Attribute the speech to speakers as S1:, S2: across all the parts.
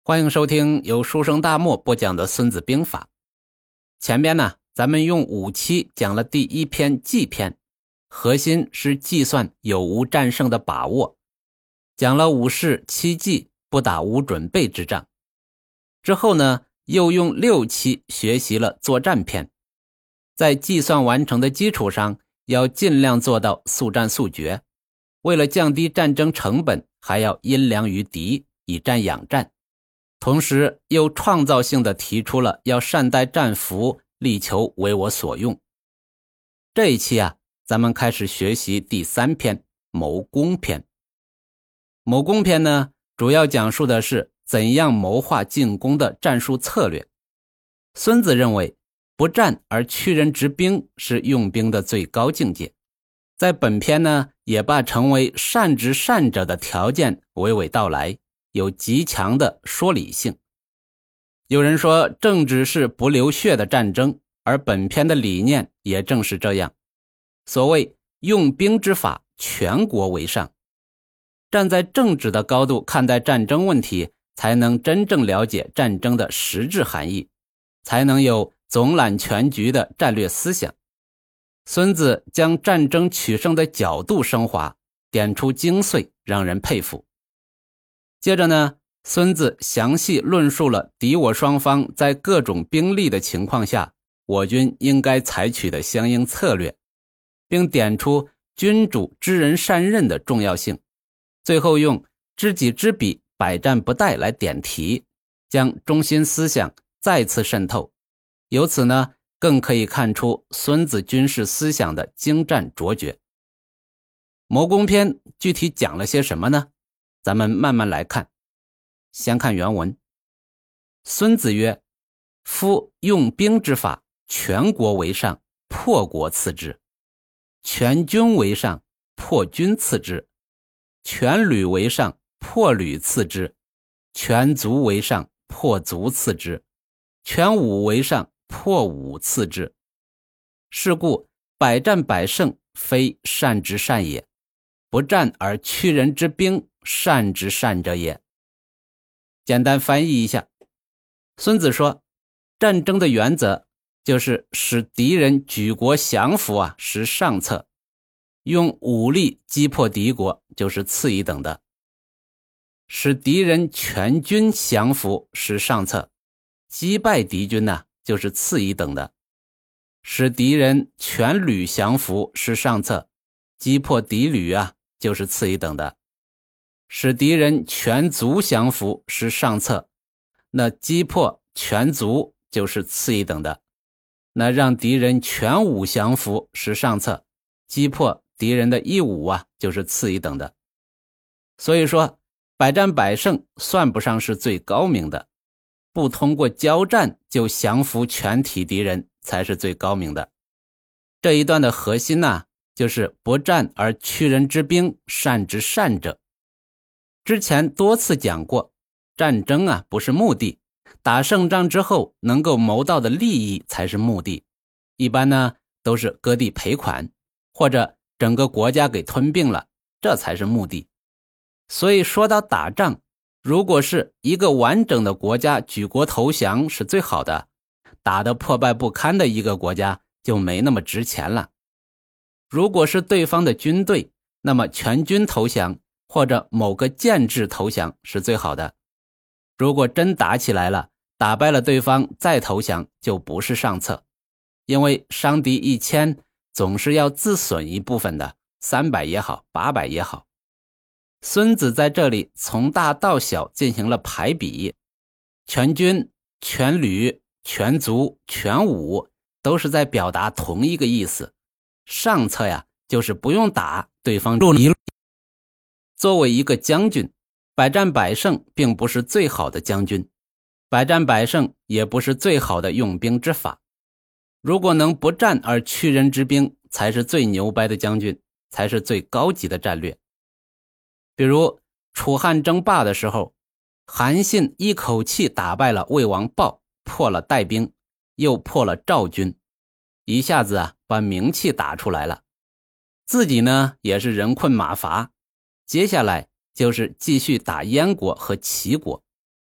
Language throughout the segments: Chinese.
S1: 欢迎收听由书生大漠播讲的孙子兵法。前边呢，咱们用5期讲了第一篇计篇，核心是计算有无战胜的把握，讲了5事7计，不打无准备之仗。之后呢，又用6期学习了作战篇，在计算完成的基础上，要尽量做到速战速决。为了降低战争成本，还要因粮于敌，以战养战。同时又创造性地提出了要善待战俘，力求为我所用。这一期咱们开始学习第3篇谋攻篇。谋攻篇呢，主要讲述的是怎样谋划进攻的战术策略。孙子认为，不战而屈人之兵是用兵的最高境界。在本篇呢，也把成为善之善者的条件娓娓道来，有极强的说理性。有人说政治是不流血的战争，而本篇的理念也正是这样。所谓用兵之法，全国为上。站在政治的高度看待战争问题，才能真正了解战争的实质含义，才能有总揽全局的战略思想。孙子将战争取胜的角度升华，点出精髓，让人佩服。接着呢，孙子详细论述了敌我双方在各种兵力的情况下，我军应该采取的相应策略，并点出君主知人善任的重要性。最后用知己知彼，百战不殆来点题，将中心思想再次渗透。由此呢，更可以看出孙子军事思想的精湛卓绝。谋攻篇具体讲了些什么呢？咱们慢慢来看。先看原文。孙子曰：夫用兵之法，全国为上，破国次之；全军为上，破军次之；全旅为上，破旅次之；全族为上，破族次之；全武为上，破武次之。是故百战百胜，非善之善也；不战而屈人之兵，善之善者也。简单翻译一下，孙子说，战争的原则就是使敌人举国降服是上策，用武力击破敌国就是次一等的；使敌人全军降服是上策，击败敌军就是次一等的；使敌人全旅降服是上策，击破敌旅就是次一等的；使敌人全族降服是上策，那击破全族就是次一等的；那让敌人全武降服是上策，击破敌人的一武就是次一等的。所以说，百战百胜算不上是最高明的，不通过交战就降服全体敌人才是最高明的。这一段的核心就是不战而屈人之兵，善之善者。之前多次讲过，战争不是目的，打胜仗之后能够谋到的利益才是目的。一般都是割地赔款，或者整个国家给吞并了，这才是目的。所以说到打仗，如果是一个完整的国家举国投降是最好的，打得破败不堪的一个国家就没那么值钱了。如果是对方的军队，那么全军投降或者某个建制投降是最好的。如果真打起来了，打败了对方再投降就不是上策，因为伤敌1000总是要自损一部分的，300也好，800也好。孙子在这里从大到小进行了排比，全军、全旅、全族、全武都是在表达同一个意思。上策就是不用打，对方入你。作为一个将军，百战百胜并不是最好的将军，百战百胜也不是最好的用兵之法。如果能不战而屈人之兵，才是最牛掰的将军，才是最高级的战略。比如楚汉争霸的时候，韩信一口气打败了魏王豹，破了带兵，又破了赵军，一下子把名气打出来了。自己也是人困马乏，接下来就是继续打燕国和齐国。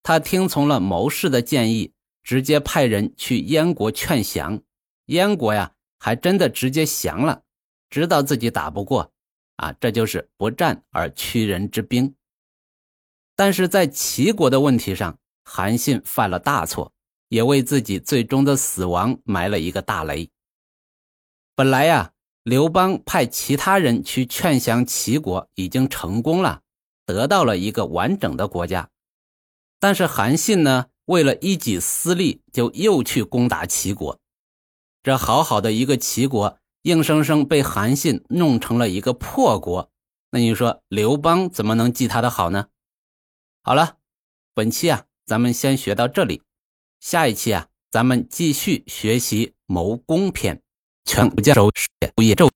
S1: 他听从了谋士的建议，直接派人去燕国劝降。燕国呀，还真的直接降了，知道自己打不过这就是不战而屈人之兵。但是在齐国的问题上，韩信犯了大错，也为自己最终的死亡埋了一个大雷。本来呀，刘邦派其他人去劝降齐国已经成功了，得到了一个完整的国家。但是韩信呢，为了一己私利，就又去攻打齐国。这好好的一个齐国，硬生生被韩信弄成了一个破国。那你说刘邦怎么能记他的好呢？好了，本期咱们先学到这里。下一期咱们继续学习谋攻篇，全部教授事业